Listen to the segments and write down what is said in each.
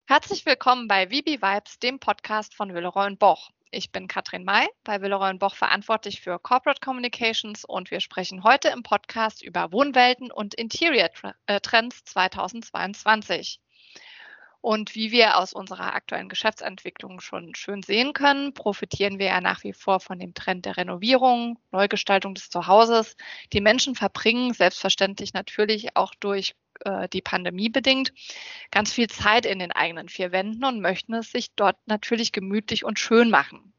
Herzlich willkommen bei Vibi Vibes, dem Podcast von Willeroy & Boch. Ich bin Katrin May, bei Willeroy & Boch verantwortlich für Corporate Communications und wir sprechen heute im Podcast über Wohnwelten und Interior Trends 2022. Und wie wir aus unserer aktuellen Geschäftsentwicklung schon schön sehen können, profitieren wir ja nach wie vor von dem Trend der Renovierung, Neugestaltung des Zuhauses. Die Menschen verbringen selbstverständlich natürlich auch durch die Pandemie bedingt, ganz viel Zeit in den eigenen vier Wänden und möchten es sich dort natürlich gemütlich und schön machen.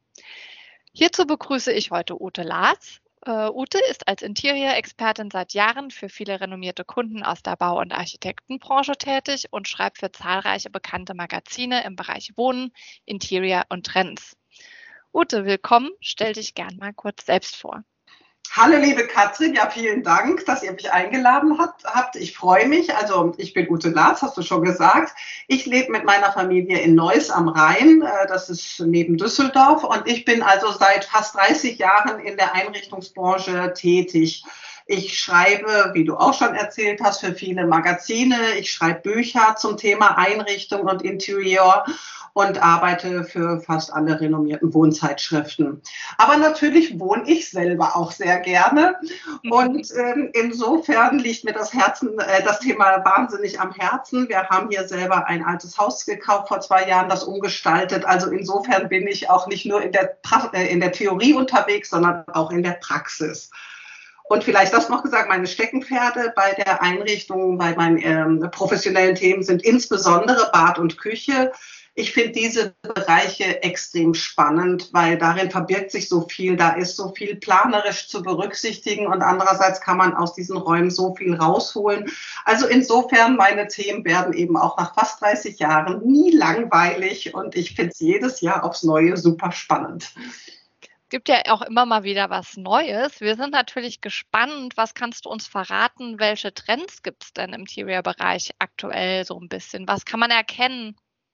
Hierzu begrüße ich heute Ute Lars. Ute ist als Interior-Expertin seit Jahren für viele renommierte Kunden aus der Bau- und Architektenbranche tätig und schreibt für zahlreiche bekannte Magazine im Bereich Wohnen, Interior und Trends. Ute, willkommen. Stell dich gern mal kurz selbst vor. Hallo liebe Katrin, ja vielen Dank, dass ihr mich eingeladen habt. Ich freue mich. Also ich bin Ute Lars, hast du schon gesagt. Ich lebe mit meiner Familie in Neuss am Rhein, das ist neben Düsseldorf und ich bin also seit fast 30 Jahren in der Einrichtungsbranche tätig. Ich schreibe, wie du auch schon erzählt hast, für viele Magazine. Ich schreibe Bücher zum Thema Einrichtung und Interior und arbeite für fast alle renommierten Wohnzeitschriften. Aber natürlich wohne ich selber auch sehr gerne und insofern liegt mir das Thema wahnsinnig am Herzen. Wir haben hier selber ein altes Haus gekauft vor 2 Jahren, das umgestaltet. Also insofern bin ich auch nicht nur in der Theorie unterwegs, sondern auch in der Praxis. Und vielleicht das noch gesagt, meine Steckenpferde bei der Einrichtung, bei meinen professionellen Themen sind insbesondere Bad und Küche. Ich finde diese Bereiche extrem spannend, weil darin verbirgt sich so viel, da ist so viel planerisch zu berücksichtigen und andererseits kann man aus diesen Räumen so viel rausholen. Also insofern, meine Themen werden eben auch nach fast 30 Jahren nie langweilig und ich finde es jedes Jahr aufs Neue super spannend. Gibt ja auch immer mal wieder was Neues. Wir sind natürlich gespannt. Was kannst du uns verraten? Welche Trends gibt es denn im Interior-Bereich aktuell so ein bisschen? Was kann man erkennen?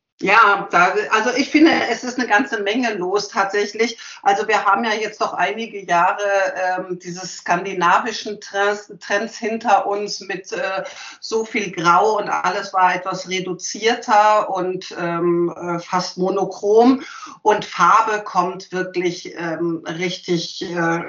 Ja, also ich finde, es ist eine ganze Menge los tatsächlich. Also wir haben ja jetzt doch einige Jahre diese skandinavischen Trends hinter uns mit so viel Grau und alles war etwas reduzierter und fast monochrom und Farbe kommt wirklich richtig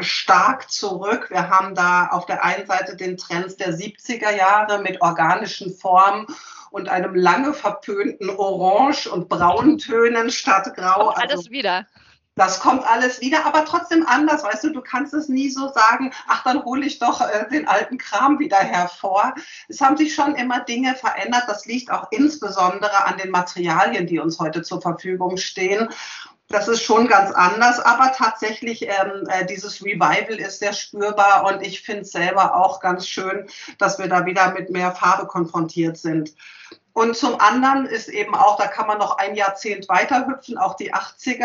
stark zurück. Wir haben da auf der einen Seite den Trends der 70er Jahre mit organischen Formen und einem lange verpönten Orange- und Brauntönen statt Grau. Kommt alles wieder. Das kommt alles wieder, aber trotzdem anders. Weißt du, du kannst es nie so sagen, ach, dann hole ich doch den alten Kram wieder hervor. Es haben sich schon immer Dinge verändert. Das liegt auch insbesondere an den Materialien, die uns heute zur Verfügung stehen. Das ist schon ganz anders, aber tatsächlich dieses Revival ist sehr spürbar und ich finde es selber auch ganz schön, dass wir da wieder mit mehr Farbe konfrontiert sind. Und zum anderen ist eben auch, da kann man noch ein Jahrzehnt weiterhüpfen, auch die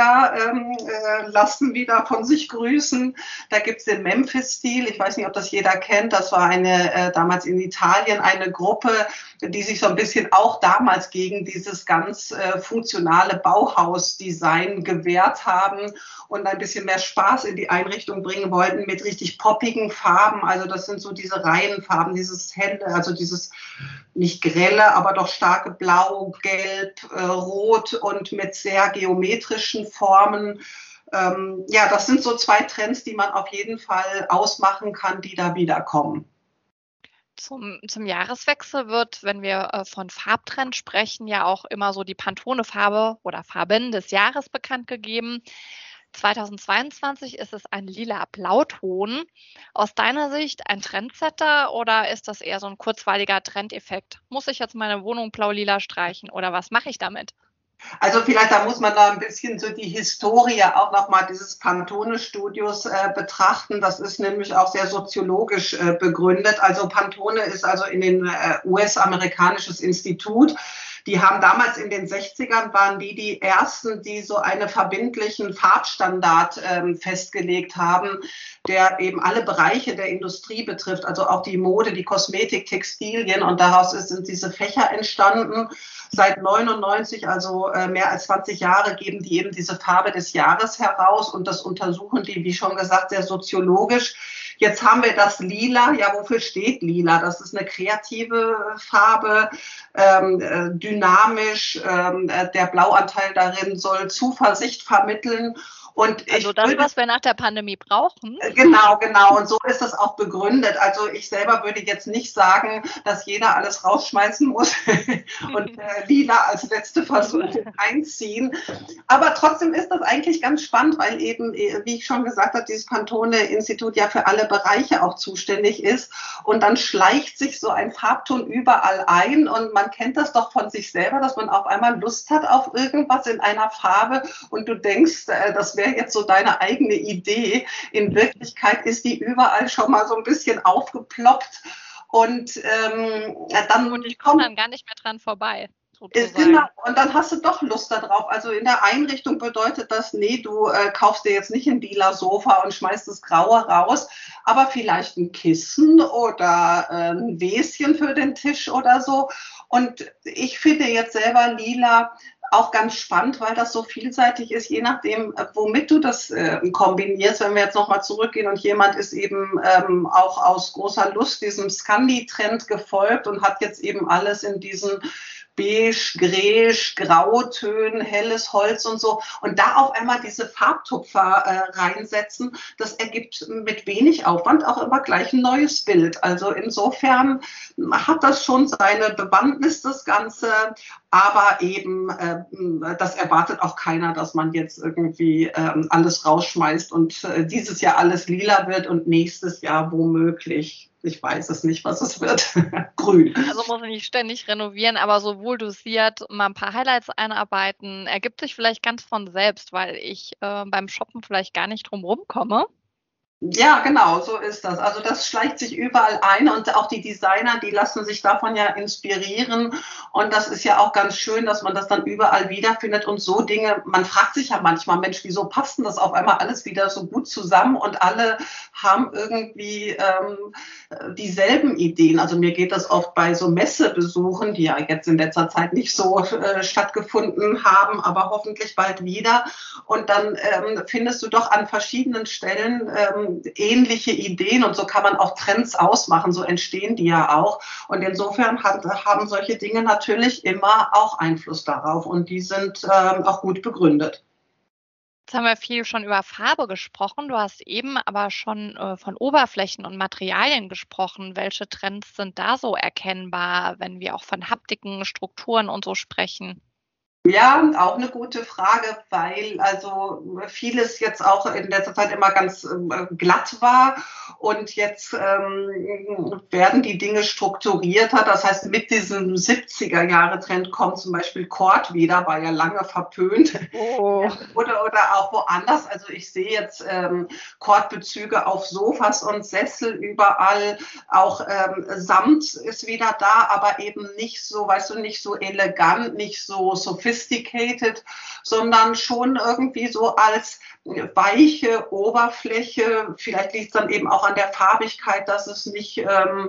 80er lassen wieder von sich grüßen. Da gibt es den Memphis-Stil, ich weiß nicht, ob das jeder kennt, das war damals in Italien eine Gruppe, die sich so ein bisschen auch damals gegen dieses ganz funktionale Bauhaus-Design gewehrt haben und ein bisschen mehr Spaß in die Einrichtung bringen wollten mit richtig poppigen Farben. Also das sind so diese Reihenfarben, dieses helle, also dieses nicht grelle, aber doch starke Blau, Gelb, Rot und mit sehr geometrischen Formen. Ja, das sind so 2 Trends, die man auf jeden Fall ausmachen kann, die da wiederkommen. Zum Jahreswechsel wird, wenn wir von Farbtrend sprechen, ja auch immer so die Pantone-Farbe oder Farben des Jahres bekannt gegeben. 2022 ist es ein lila Blauton. Aus deiner Sicht ein Trendsetter oder ist das eher so ein kurzweiliger Trendeffekt? Muss ich jetzt meine Wohnung blau-lila streichen oder was mache ich damit? Also vielleicht, da muss man da ein bisschen so die Historie auch nochmal dieses Pantone-Studios betrachten. Das ist nämlich auch sehr soziologisch begründet. Also Pantone ist also in den US-amerikanisches Institut. Die haben damals in den 60ern waren die ersten, die so einen verbindlichen Farbstandard festgelegt haben, der eben alle Bereiche der Industrie betrifft, also auch die Mode, die Kosmetik, Textilien und daraus sind diese Fächer entstanden. Seit 99, also mehr als 20 Jahre, geben die eben diese Farbe des Jahres heraus und das untersuchen die, wie schon gesagt, sehr soziologisch. Jetzt haben wir das Lila. Ja, wofür steht Lila? Das ist eine kreative Farbe, dynamisch. Der Blauanteil darin soll Zuversicht vermitteln. Und also das, was wir nach der Pandemie brauchen. Genau, genau. Und so ist das auch begründet. Also ich selber würde jetzt nicht sagen, dass jeder alles rausschmeißen muss und Lila als letzte Versuch einziehen. Aber trotzdem ist das eigentlich ganz spannend, weil eben, wie ich schon gesagt habe, dieses Pantone-Institut ja für alle Bereiche auch zuständig ist. Und dann schleicht sich so ein Farbton überall ein. Und man kennt das doch von sich selber, dass man auf einmal Lust hat auf irgendwas in einer Farbe und du denkst, das wäre jetzt so deine eigene Idee. In Wirklichkeit ist die überall schon mal so ein bisschen aufgeploppt und und ich komme dann gar nicht mehr dran vorbei. Genau, und dann hast du doch Lust darauf. Also in der Einrichtung bedeutet das, nee, du kaufst dir jetzt nicht ein lila Sofa und schmeißt das Graue raus, aber vielleicht ein Kissen oder ein Wäschen für den Tisch oder so. Und ich finde jetzt selber lila auch ganz spannend, weil das so vielseitig ist, je nachdem, womit du das kombinierst. Wenn wir jetzt nochmal zurückgehen und jemand ist eben auch aus großer Lust diesem Scandi-Trend gefolgt und hat jetzt eben alles in diesen beige, gräisch, Grautönen, helles Holz und so. Und da auf einmal diese Farbtupfer reinsetzen, das ergibt mit wenig Aufwand auch immer gleich ein neues Bild. Also insofern hat das schon seine Bewandtnis, das Ganze. Aber eben, das erwartet auch keiner, dass man jetzt irgendwie alles rausschmeißt und dieses Jahr alles lila wird und nächstes Jahr womöglich, ich weiß es nicht, was es wird, grün. Also muss man nicht ständig renovieren, aber so wohl dosiert mal ein paar Highlights einarbeiten, ergibt sich vielleicht ganz von selbst, weil ich beim Shoppen vielleicht gar nicht drum rumkomme. Ja, genau, so ist das. Also das schleicht sich überall ein und auch die Designer, die lassen sich davon ja inspirieren und das ist ja auch ganz schön, dass man das dann überall wiederfindet und so Dinge, man fragt sich ja manchmal, Mensch, wieso passt denn das auf einmal alles wieder so gut zusammen und alle haben irgendwie dieselben Ideen. Also mir geht das oft bei so Messebesuchen, die ja jetzt in letzter Zeit nicht so stattgefunden haben, aber hoffentlich bald wieder und dann findest du doch an verschiedenen Stellen ähnliche Ideen und so kann man auch Trends ausmachen, so entstehen die ja auch. Und insofern haben solche Dinge natürlich immer auch Einfluss darauf und die sind auch gut begründet. Jetzt haben wir viel schon über Farbe gesprochen. Du hast eben aber schon von Oberflächen und Materialien gesprochen. Welche Trends sind da so erkennbar, wenn wir auch von Haptiken, Strukturen und so sprechen? Ja, auch eine gute Frage, weil also vieles jetzt auch in letzter Zeit immer ganz glatt war und jetzt werden die Dinge strukturierter. Das heißt, mit diesem 70er-Jahre-Trend kommt zum Beispiel Cord wieder, war ja lange verpönt. Oh. Oder auch woanders. Also ich sehe jetzt Cordbezüge auf Sofas und Sessel überall. Auch Samt ist wieder da, aber eben nicht so, weißt du, nicht so elegant, nicht so sophisticated, sondern schon irgendwie so als weiche Oberfläche. Vielleicht liegt es dann eben auch an der Farbigkeit, dass es nicht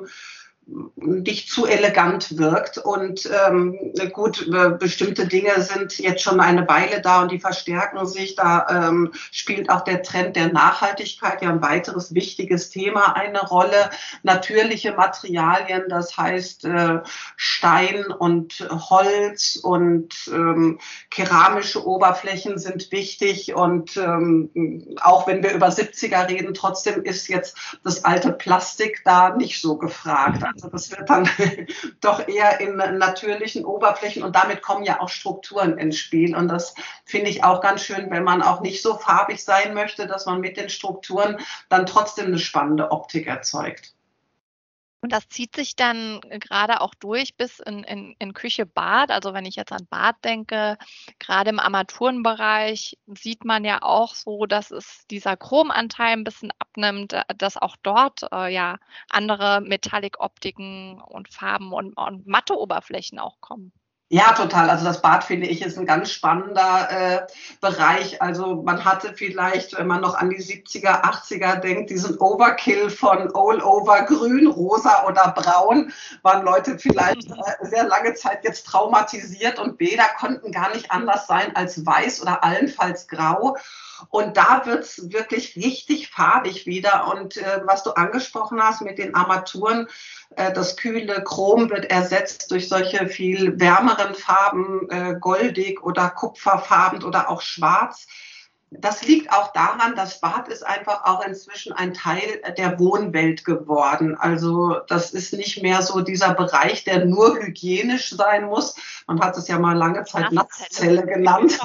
zu elegant wirkt. Und gut, bestimmte Dinge sind jetzt schon eine Weile da und die verstärken sich. Da spielt auch der Trend der Nachhaltigkeit, ja ein weiteres wichtiges Thema, eine Rolle. Natürliche Materialien, das heißt Stein und Holz und keramische Oberflächen sind wichtig. Und auch wenn wir über 70er reden, trotzdem ist jetzt das alte Plastik da nicht so gefragt. Also das wird dann doch eher in natürlichen Oberflächen und damit kommen ja auch Strukturen ins Spiel. Und das finde ich auch ganz schön, wenn man auch nicht so farbig sein möchte, dass man mit den Strukturen dann trotzdem eine spannende Optik erzeugt. Und das zieht sich dann gerade auch durch bis in Küche, Bad. Also wenn ich jetzt an Bad denke, gerade im Armaturenbereich sieht man ja auch so, dass es dieser Chromanteil ein bisschen abnimmt, dass auch dort ja andere Metallic-Optiken und Farben und matte Oberflächen auch kommen. Ja, total. Also das Bad, finde ich, ist ein ganz spannender Bereich. Also man hatte vielleicht, wenn man noch an die 70er, 80er denkt, diesen Overkill von all over grün, rosa oder braun, waren Leute vielleicht sehr lange Zeit jetzt traumatisiert und Bäder konnten gar nicht anders sein als weiß oder allenfalls grau. Und da wird's wirklich richtig farbig wieder. Und was du angesprochen hast mit den Armaturen, das kühle Chrom wird ersetzt durch solche viel wärmeren Farben, goldig oder kupferfarben oder auch schwarz. Das liegt auch daran, das Bad ist einfach auch inzwischen ein Teil der Wohnwelt geworden. Also das ist nicht mehr so dieser Bereich, der nur hygienisch sein muss. Man hat es ja mal lange Zeit Nasszelle genannt.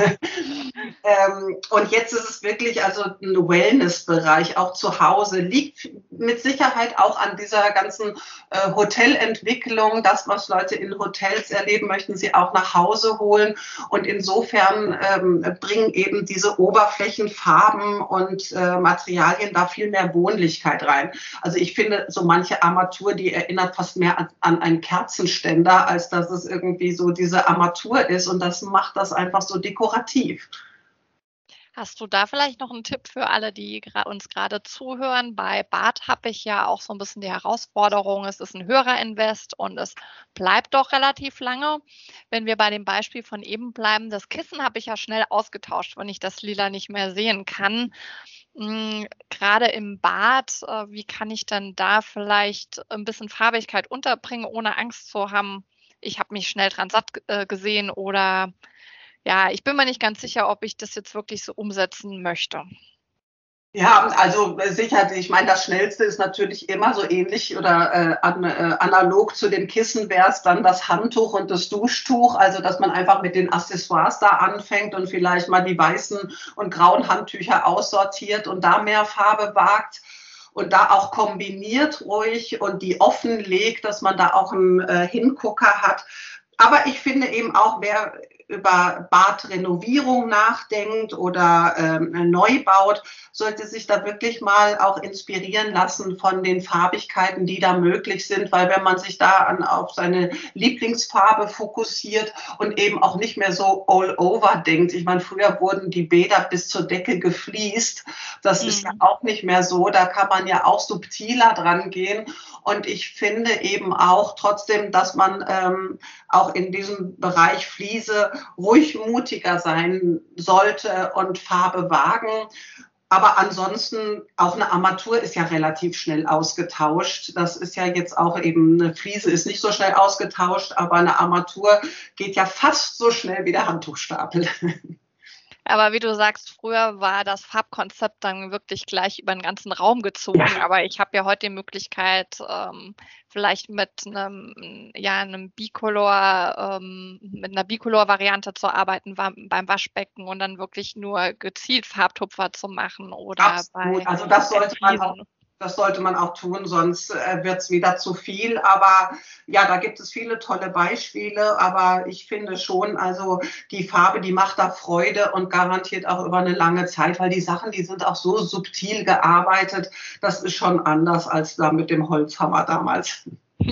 Und jetzt ist es wirklich also ein Wellness-Bereich, auch zu Hause. Liegt mit Sicherheit auch an dieser ganzen Hotelentwicklung. Das, was Leute in Hotels erleben, möchten sie auch nach Hause holen. Und insofern bringen eben diese Oberflächen, Farben und Materialien da viel mehr Wohnlichkeit rein. Also ich finde, so manche Armatur, die erinnert fast mehr an einen Kerzenständer, als dass es irgendwie so diese Armatur ist. Und das macht das einfach so dekorativ. Hast du da vielleicht noch einen Tipp für alle, die uns gerade zuhören? Bei Bad habe ich ja auch so ein bisschen die Herausforderung, es ist ein höherer Invest und es bleibt doch relativ lange. Wenn wir bei dem Beispiel von eben bleiben, das Kissen habe ich ja schnell ausgetauscht, wenn ich das Lila nicht mehr sehen kann. Grade im Bad, wie kann ich dann da vielleicht ein bisschen Farbigkeit unterbringen, ohne Angst zu haben, ich habe mich schnell dran satt gesehen oder ja, ich bin mir nicht ganz sicher, ob ich das jetzt wirklich so umsetzen möchte. Ja, also sicher, ich meine, das Schnellste ist natürlich immer so ähnlich oder analog zu dem Kissen wäre es dann das Handtuch und das Duschtuch, also dass man einfach mit den Accessoires da anfängt und vielleicht mal die weißen und grauen Handtücher aussortiert und da mehr Farbe wagt. Und da auch kombiniert ruhig und die offenlegt, dass man da auch einen Hingucker hat. Aber ich finde eben auch, wer über Badrenovierung nachdenkt oder neu baut, sollte sich da wirklich mal auch inspirieren lassen von den Farbigkeiten, die da möglich sind, weil wenn man sich da auf seine Lieblingsfarbe fokussiert und eben auch nicht mehr so all over denkt. Ich meine, früher wurden die Bäder bis zur Decke gefliest. Das ist ja auch nicht mehr so. Da kann man ja auch subtiler dran gehen. Und ich finde eben auch trotzdem, dass man auch in diesem Bereich Fliese ruhig mutiger sein sollte und Farbe wagen. Aber ansonsten, auch eine Armatur ist ja relativ schnell ausgetauscht. Das ist ja jetzt auch eben, eine Fliese ist nicht so schnell ausgetauscht, aber eine Armatur geht ja fast so schnell wie der Handtuchstapel. Aber wie du sagst, früher war das Farbkonzept dann wirklich gleich über den ganzen Raum gezogen. Ja. Aber ich habe ja heute die Möglichkeit, vielleicht mit einem Bicolor, mit einer Bicolor-Variante zu arbeiten beim Waschbecken und dann wirklich nur gezielt Farbtupfer zu machen oder Absolut. Also das sollte man auch tun, sonst wird es wieder zu viel. Aber ja, da gibt es viele tolle Beispiele. Aber ich finde schon, also die Farbe, die macht da Freude und garantiert auch über eine lange Zeit, weil die Sachen, die sind auch so subtil gearbeitet. Das ist schon anders als da mit dem Holzhammer damals.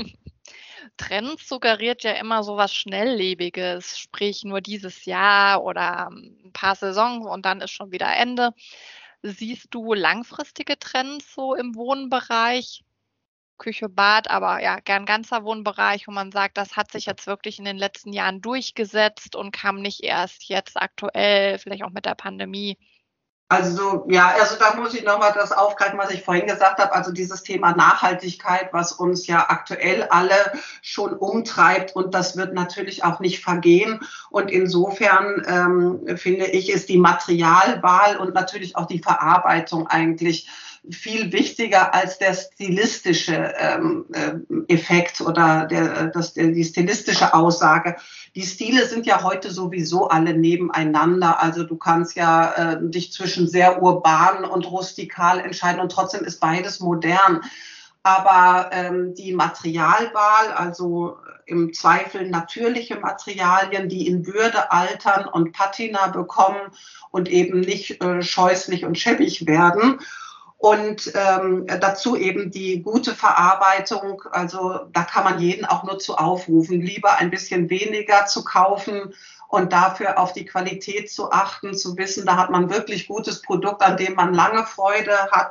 Trends suggeriert ja immer so was Schnelllebiges, sprich nur dieses Jahr oder ein paar Saisons und dann ist schon wieder Ende. Siehst du langfristige Trends so im Wohnbereich? Küche, Bad, aber ja, gern ganzer Wohnbereich, wo man sagt, das hat sich jetzt wirklich in den letzten Jahren durchgesetzt und kam nicht erst jetzt aktuell, vielleicht auch mit der Pandemie. Also ja, also da muss ich nochmal das aufgreifen, was ich vorhin gesagt habe. Also dieses Thema Nachhaltigkeit, was uns ja aktuell alle schon umtreibt und das wird natürlich auch nicht vergehen. Und insofern finde ich, ist die Materialwahl und natürlich auch die Verarbeitung eigentlich viel wichtiger als der stilistische Effekt oder die stilistische Aussage. Die Stile sind ja heute sowieso alle nebeneinander. Also du kannst ja dich zwischen sehr urban und rustikal entscheiden und trotzdem ist beides modern. Aber die Materialwahl, also im Zweifel natürliche Materialien, die in Würde altern und Patina bekommen und eben nicht scheußlich und schäbig werden. Und dazu eben die gute Verarbeitung, also da kann man jeden auch nur zu aufrufen, lieber ein bisschen weniger zu kaufen und dafür auf die Qualität zu achten, zu wissen, da hat man wirklich gutes Produkt, an dem man lange Freude hat,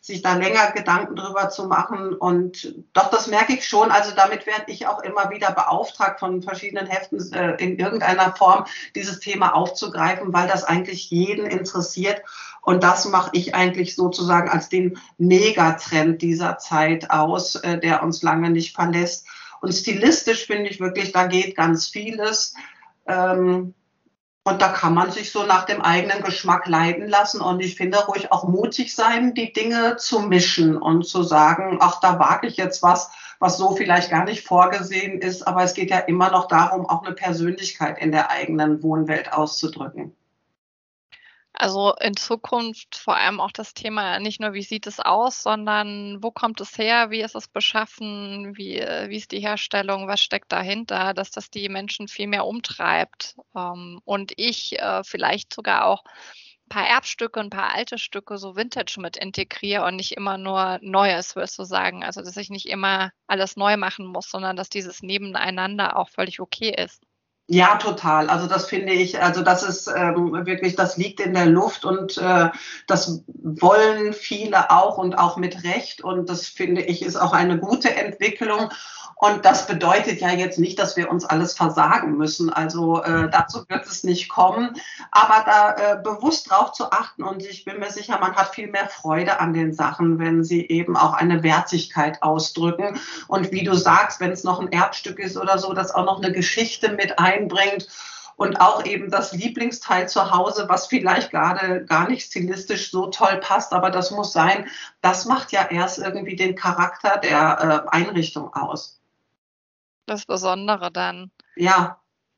sich da länger Gedanken drüber zu machen. Und doch, das merke ich schon. Also damit werde ich auch immer wieder beauftragt von verschiedenen Heften in irgendeiner Form, dieses Thema aufzugreifen, weil das eigentlich jeden interessiert. Und das mache ich eigentlich sozusagen als den Megatrend dieser Zeit aus, der uns lange nicht verlässt. Und stilistisch finde ich wirklich, da geht ganz vieles. Und da kann man sich so nach dem eigenen Geschmack leiten lassen. Und ich finde ruhig auch mutig sein, die Dinge zu mischen und zu sagen, ach, da wage ich jetzt was so vielleicht gar nicht vorgesehen ist. Aber es geht ja immer noch darum, auch eine Persönlichkeit in der eigenen Wohnwelt auszudrücken. Also in Zukunft vor allem auch das Thema nicht nur, wie sieht es aus, sondern wo kommt es her, wie ist es beschaffen, wie ist die Herstellung, was steckt dahinter, dass das die Menschen viel mehr umtreibt. Und ich vielleicht sogar auch ein paar Erbstücke, ein paar alte Stücke, so Vintage mit integriere und nicht immer nur Neues, würdest du sagen. Also dass ich nicht immer alles neu machen muss, sondern dass dieses Nebeneinander auch völlig okay ist. Ja, total. Also das finde ich, also das ist wirklich, das liegt in der Luft und das wollen viele auch und auch mit Recht. Und das finde ich ist auch eine gute Entwicklung. Und das bedeutet ja jetzt nicht, dass wir uns alles versagen müssen. Also dazu wird es nicht kommen. Aber da bewusst drauf zu achten und ich bin mir sicher, man hat viel mehr Freude an den Sachen, wenn sie eben auch eine Wertigkeit ausdrücken. Und wie du sagst, wenn es noch ein Erbstück ist oder so, das auch noch eine Geschichte mit einbringt. Und auch eben das Lieblingsteil zu Hause, was vielleicht gerade gar nicht stilistisch so toll passt, aber das muss sein, das macht ja erst irgendwie den Charakter der Einrichtung aus. Das Besondere dann. Ja,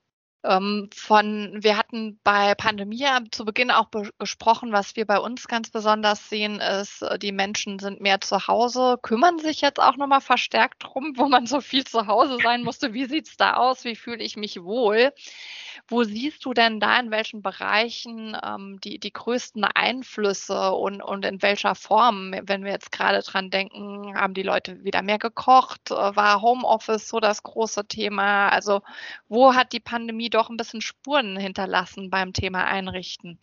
Wir hatten bei Pandemie ja zu Beginn auch gesprochen, was wir bei uns ganz besonders sehen, ist, die Menschen sind mehr zu Hause, kümmern sich jetzt auch nochmal verstärkt drum, wo man so viel zu Hause sein musste. Wie sieht's da aus? Wie fühle ich mich wohl? Wo siehst du denn da in welchen Bereichen die größten Einflüsse und in welcher Form? Wenn wir jetzt gerade dran denken, haben die Leute wieder mehr gekocht? War Homeoffice so das große Thema? Also wo hat die Pandemie doch ein bisschen Spuren hinterlassen beim Thema Einrichten?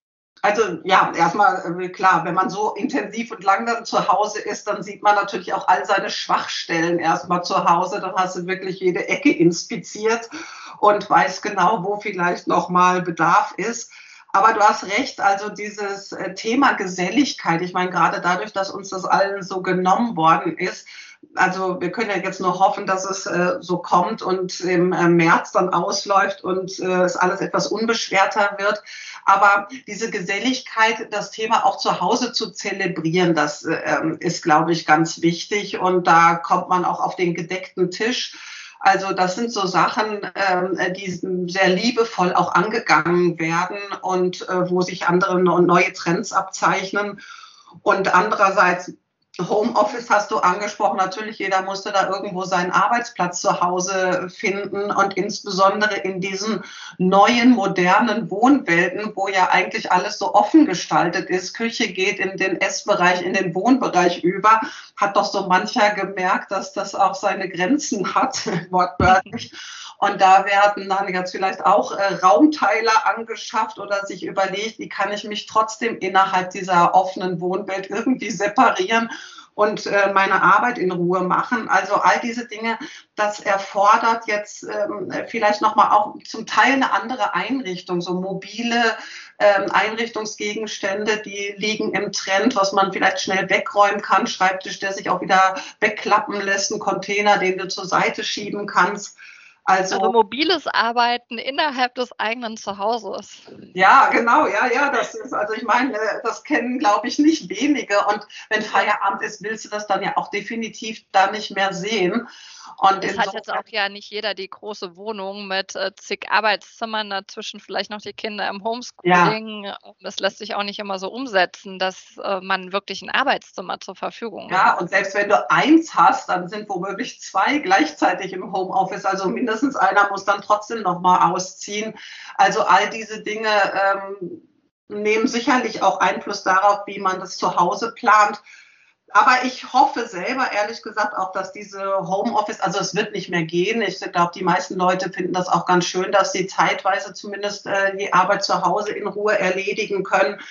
also ja, erstmal klar, wenn man so intensiv und lang dann zu Hause ist, dann sieht man natürlich auch all seine Schwachstellen erstmal zu Hause. Dann hast du wirklich jede Ecke inspiziert und weiß genau, wo vielleicht nochmal Bedarf ist. Aber du hast recht, also dieses Thema Geselligkeit, ich meine, gerade dadurch, dass uns das allen so genommen worden ist, also wir können ja jetzt nur hoffen, dass es so kommt und im März dann ausläuft und es alles etwas unbeschwerter wird. Aber diese Geselligkeit, das Thema auch zu Hause zu zelebrieren, das ist, glaube ich, ganz wichtig. Und da kommt man auch auf den gedeckten Tisch. Also das sind so Sachen, die sehr liebevoll auch angegangen werden und wo sich andere neue Trends abzeichnen. Und andererseits Homeoffice hast du angesprochen. Natürlich, jeder musste da irgendwo seinen Arbeitsplatz zu Hause finden und insbesondere in diesen neuen, modernen Wohnwelten, wo ja eigentlich alles so offen gestaltet ist. Küche geht in den Essbereich, in den Wohnbereich über, hat doch so mancher gemerkt, dass das auch seine Grenzen hat, wortwörtlich. Und da werden dann jetzt vielleicht auch Raumteiler angeschafft oder sich überlegt, wie kann ich mich trotzdem innerhalb dieser offenen Wohnwelt irgendwie separieren und meine Arbeit in Ruhe machen. Also all diese Dinge, das erfordert jetzt vielleicht nochmal auch zum Teil eine andere Einrichtung, so mobile Einrichtungsgegenstände, die liegen im Trend, was man vielleicht schnell wegräumen kann, Schreibtisch, der sich auch wieder wegklappen lässt, ein Container, den du zur Seite schieben kannst. Also mobiles Arbeiten innerhalb des eigenen Zuhauses. Ja, genau, ja, das ist, also ich meine, das kennen, glaube ich, nicht wenige. Und wenn Feierabend ist, willst du das dann ja auch definitiv da nicht mehr sehen. Und es hat jetzt auch ja nicht jeder die große Wohnung mit zig Arbeitszimmern, dazwischen vielleicht noch die Kinder im Homeschooling. Ja. Das lässt sich auch nicht immer so umsetzen, dass man wirklich ein Arbeitszimmer zur Verfügung hat. Ja, und selbst wenn du eins hast, dann sind womöglich zwei gleichzeitig im Homeoffice. Also mindestens einer muss dann trotzdem nochmal ausziehen. Also all diese Dinge nehmen sicherlich auch Einfluss darauf, wie man das zu Hause plant. Aber ich hoffe selber, ehrlich gesagt, auch, dass diese Homeoffice, also es wird nicht mehr gehen. Ich glaube, die meisten Leute finden das auch ganz schön, dass sie zeitweise zumindest die Arbeit zu Hause in Ruhe erledigen können.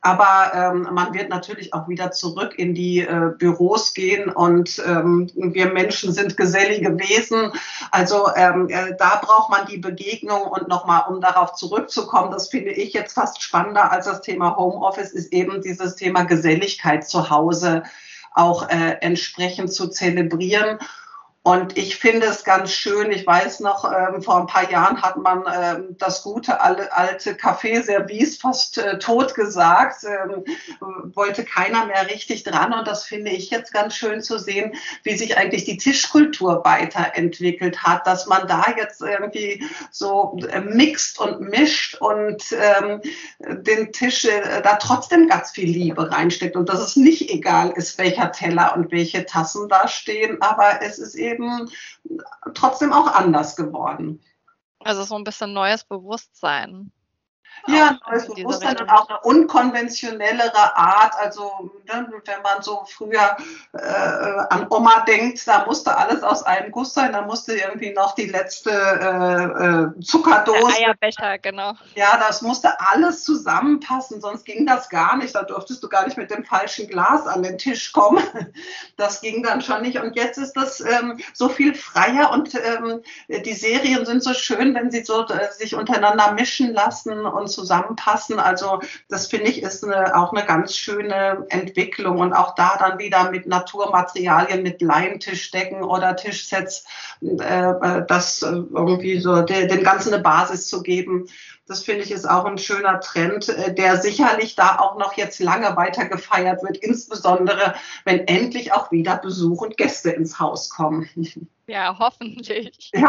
Aber man wird natürlich auch wieder zurück in die Büros gehen und wir Menschen sind gesellige Wesen. Also da braucht man die Begegnung und nochmal, um darauf zurückzukommen, das finde ich jetzt fast spannender als das Thema Homeoffice, ist eben dieses Thema Geselligkeit zu Hause auch entsprechend zu zelebrieren. Und ich finde es ganz schön, ich weiß noch, vor ein paar Jahren hat man das gute alte Café-Service fast tot gesagt, wollte keiner mehr richtig dran. Und das finde ich jetzt ganz schön zu sehen, wie sich eigentlich die Tischkultur weiterentwickelt hat, dass man da jetzt irgendwie so mixt und mischt und den Tisch da trotzdem ganz viel Liebe reinsteckt und dass es nicht egal ist, welcher Teller und welche Tassen da stehen, aber es ist eben trotzdem auch anders geworden. Also so ein bisschen neues Bewusstsein. Ja, neues Bewusstsein und auch eine unkonventionellere Art. Also wenn man so früher an Oma denkt, da musste alles aus einem Guss sein, da musste irgendwie noch die letzte Zuckerdose. Der Eierbecher, genau. Ja, das musste alles zusammenpassen, sonst ging das gar nicht. Da durftest du gar nicht mit dem falschen Glas an den Tisch kommen. Das ging dann schon nicht. Und jetzt ist das so viel freier und die Serien sind so schön, wenn sie so sich untereinander mischen lassen und zusammenpassen. Also das finde ich ist auch eine ganz schöne Entwicklung und auch da dann wieder mit Naturmaterialien, mit Leintischdecken oder Tischsets, das irgendwie so dem Ganzen eine Basis zu geben. Das finde ich ist auch ein schöner Trend, der sicherlich da auch noch jetzt lange weiter gefeiert wird, insbesondere wenn endlich auch wieder Besuch und Gäste ins Haus kommen. Ja, hoffentlich. Ja.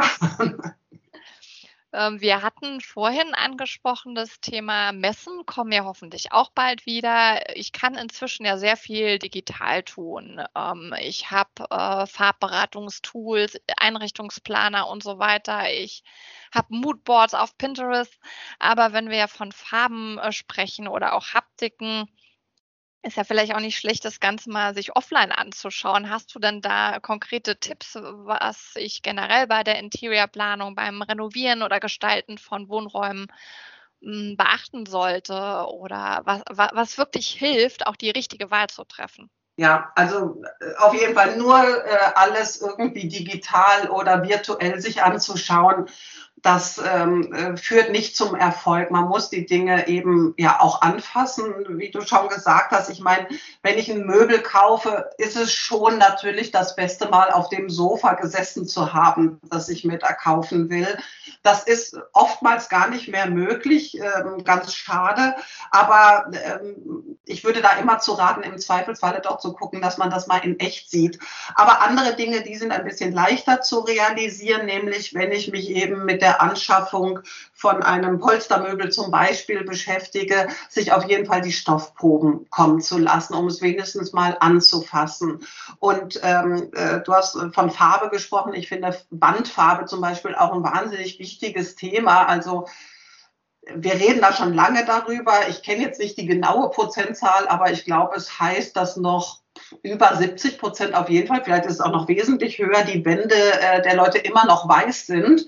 Wir hatten vorhin angesprochen, das Thema Messen kommen ja hoffentlich auch bald wieder. Ich kann inzwischen ja sehr viel digital tun. Ich habe Farbberatungstools, Einrichtungsplaner und so weiter. Ich habe Moodboards auf Pinterest. Aber wenn wir ja von Farben sprechen oder auch Haptiken, ist ja vielleicht auch nicht schlecht, das Ganze mal sich offline anzuschauen. Hast du denn da konkrete Tipps, was ich generell bei der Interiorplanung, beim Renovieren oder Gestalten von Wohnräumen beachten sollte oder was wirklich hilft, auch die richtige Wahl zu treffen? Ja, also auf jeden Fall nur alles irgendwie digital oder virtuell sich anzuschauen. Das führt nicht zum Erfolg. Man muss die Dinge eben ja auch anfassen, wie du schon gesagt hast. Ich meine, wenn ich ein Möbel kaufe, ist es schon natürlich das Beste, mal auf dem Sofa gesessen zu haben, das ich mir da kaufen will. Das ist oftmals gar nicht mehr möglich, ganz schade. Aber ich würde da immer zu raten, im Zweifelsfalle doch zu gucken, dass man das mal in echt sieht. Aber andere Dinge, die sind ein bisschen leichter zu realisieren, nämlich wenn ich mich eben mit der Anschaffung von einem Polstermöbel zum Beispiel beschäftige, sich auf jeden Fall die Stoffproben kommen zu lassen, um es wenigstens mal anzufassen. Und du hast von Farbe gesprochen. Ich finde Wandfarbe zum Beispiel auch ein wahnsinnig wichtiges Thema. Also wir reden da schon lange darüber. Ich kenne jetzt nicht die genaue Prozentzahl, aber ich glaube, es heißt, dass noch über 70% auf jeden Fall, vielleicht ist es auch noch wesentlich höher, die Wände der Leute immer noch weiß sind,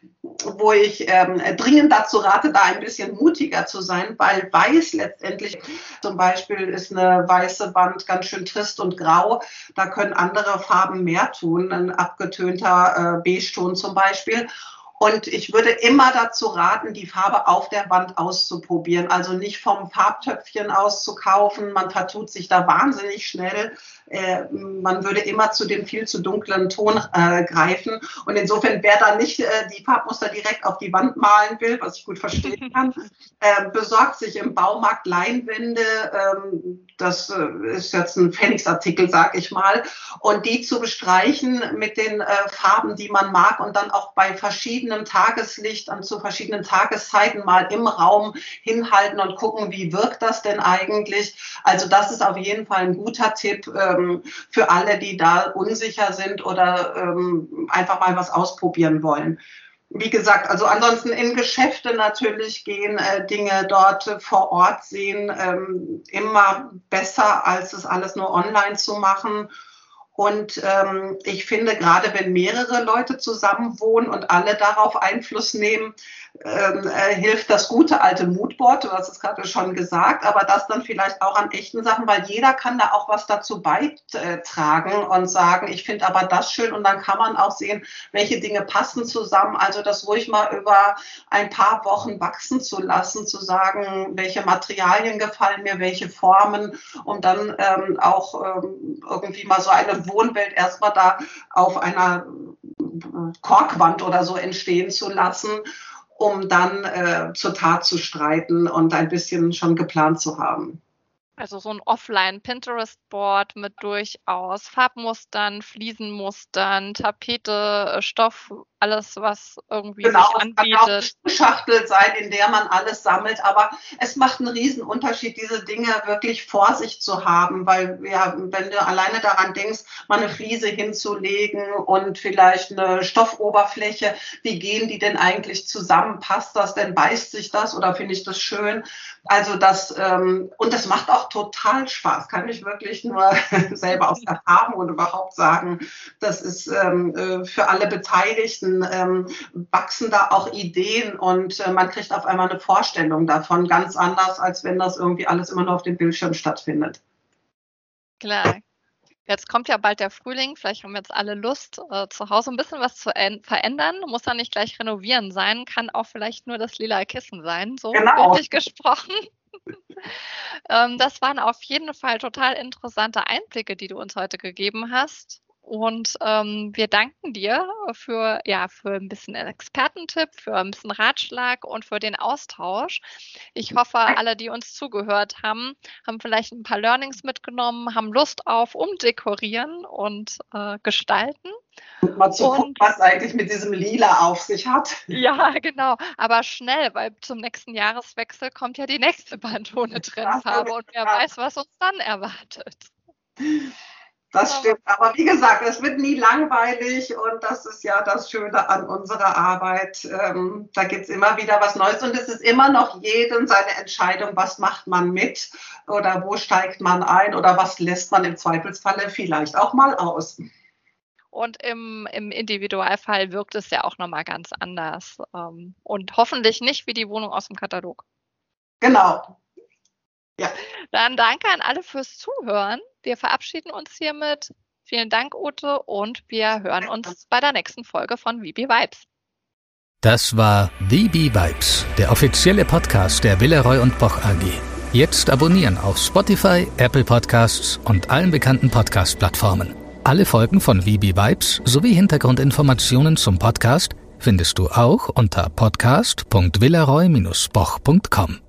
wo ich dringend dazu rate, da ein bisschen mutiger zu sein, weil weiß letztendlich, zum Beispiel ist eine weiße Wand ganz schön trist und grau, da können andere Farben mehr tun, ein abgetönter Beige-Ton zum Beispiel. Und ich würde immer dazu raten, die Farbe auf der Wand auszuprobieren. Also nicht vom Farbtöpfchen aus zu kaufen. Man vertut sich da wahnsinnig schnell. Man würde immer zu dem viel zu dunklen Ton greifen. Und insofern, wer da nicht die Farbmuster direkt auf die Wand malen will, was ich gut verstehen kann, besorgt sich im Baumarkt Leinwände. Das ist jetzt ein Pfennigsartikel, sag ich mal. Und die zu bestreichen mit den Farben, die man mag und dann auch bei verschiedenem Tageslicht und zu verschiedenen Tageszeiten mal im Raum hinhalten und gucken, wie wirkt das denn eigentlich. Also das ist auf jeden Fall ein guter Tipp für alle, die da unsicher sind oder einfach mal was ausprobieren wollen. Wie gesagt, also ansonsten in Geschäfte natürlich gehen, Dinge dort vor Ort sehen, immer besser, als es alles nur online zu machen. Und ich finde, gerade wenn mehrere Leute zusammen wohnen und alle darauf Einfluss nehmen, hilft das gute alte Moodboard, du hast es gerade schon gesagt, aber das dann vielleicht auch an echten Sachen, weil jeder kann da auch was dazu beitragen und sagen, ich finde aber das schön, und dann kann man auch sehen, welche Dinge passen zusammen, also das ruhig mal über ein paar Wochen wachsen zu lassen, zu sagen, welche Materialien gefallen mir, welche Formen, um dann auch irgendwie mal so eine Wohnwelt erstmal da auf einer Korkwand oder so entstehen zu lassen, um dann zur Tat zu streiten und ein bisschen schon geplant zu haben. Also so ein Offline-Pinterest-Board mit durchaus Farbmustern, Fliesenmustern, Tapete, Stoff, alles, was irgendwie sich anbietet. Genau, es kann auch eine Schachtel sein, in der man alles sammelt, aber es macht einen riesen Unterschied, diese Dinge wirklich vor sich zu haben, weil ja, wenn du alleine daran denkst, mal eine Fliese hinzulegen und vielleicht eine Stoffoberfläche, wie gehen die denn eigentlich zusammen? Passt das denn? Beißt sich das oder finde ich das schön? Also das, und das macht auch total Spaß, kann ich wirklich nur selber aus Erfahrung und überhaupt sagen, das ist für alle Beteiligten, wachsen da auch Ideen und man kriegt auf einmal eine Vorstellung davon, ganz anders, als wenn das irgendwie alles immer nur auf dem Bildschirm stattfindet. Klar. Jetzt kommt ja bald der Frühling, vielleicht haben jetzt alle Lust, zu Hause ein bisschen was zu verändern. Muss ja nicht gleich renovieren sein, kann auch vielleicht nur das lila Kissen sein, so bildlich gesprochen. Das waren auf jeden Fall total interessante Einblicke, die du uns heute gegeben hast. Und wir danken dir für ein bisschen Expertentipp, für ein bisschen Ratschlag und für den Austausch. Ich hoffe, alle, die uns zugehört haben, haben vielleicht ein paar Learnings mitgenommen, haben Lust auf Umdekorieren und Gestalten. Und mal zu gucken, was eigentlich mit diesem Lila auf sich hat. Ja, genau. Aber schnell, weil zum nächsten Jahreswechsel kommt ja die nächste Pantone-Trendfarbe und wer weiß, was uns dann erwartet. Das stimmt, aber wie gesagt, es wird nie langweilig und das ist ja das Schöne an unserer Arbeit. Da gibt es immer wieder was Neues und es ist immer noch jedem seine Entscheidung, was macht man mit oder wo steigt man ein oder was lässt man im Zweifelsfalle vielleicht auch mal aus. Und im Individualfall wirkt es ja auch nochmal ganz anders und hoffentlich nicht wie die Wohnung aus dem Katalog. Genau. Ja. Dann danke an alle fürs Zuhören. Wir verabschieden uns hiermit. Vielen Dank, Ute, und wir hören uns bei der nächsten Folge von VB Vibes. Das war VB Vibes, der offizielle Podcast der Villeroy & Boch AG. Jetzt abonnieren auf Spotify, Apple Podcasts und allen bekannten Podcast-Plattformen. Alle Folgen von VB Vibes sowie Hintergrundinformationen zum Podcast findest du auch unter podcast.villeroy-boch.com.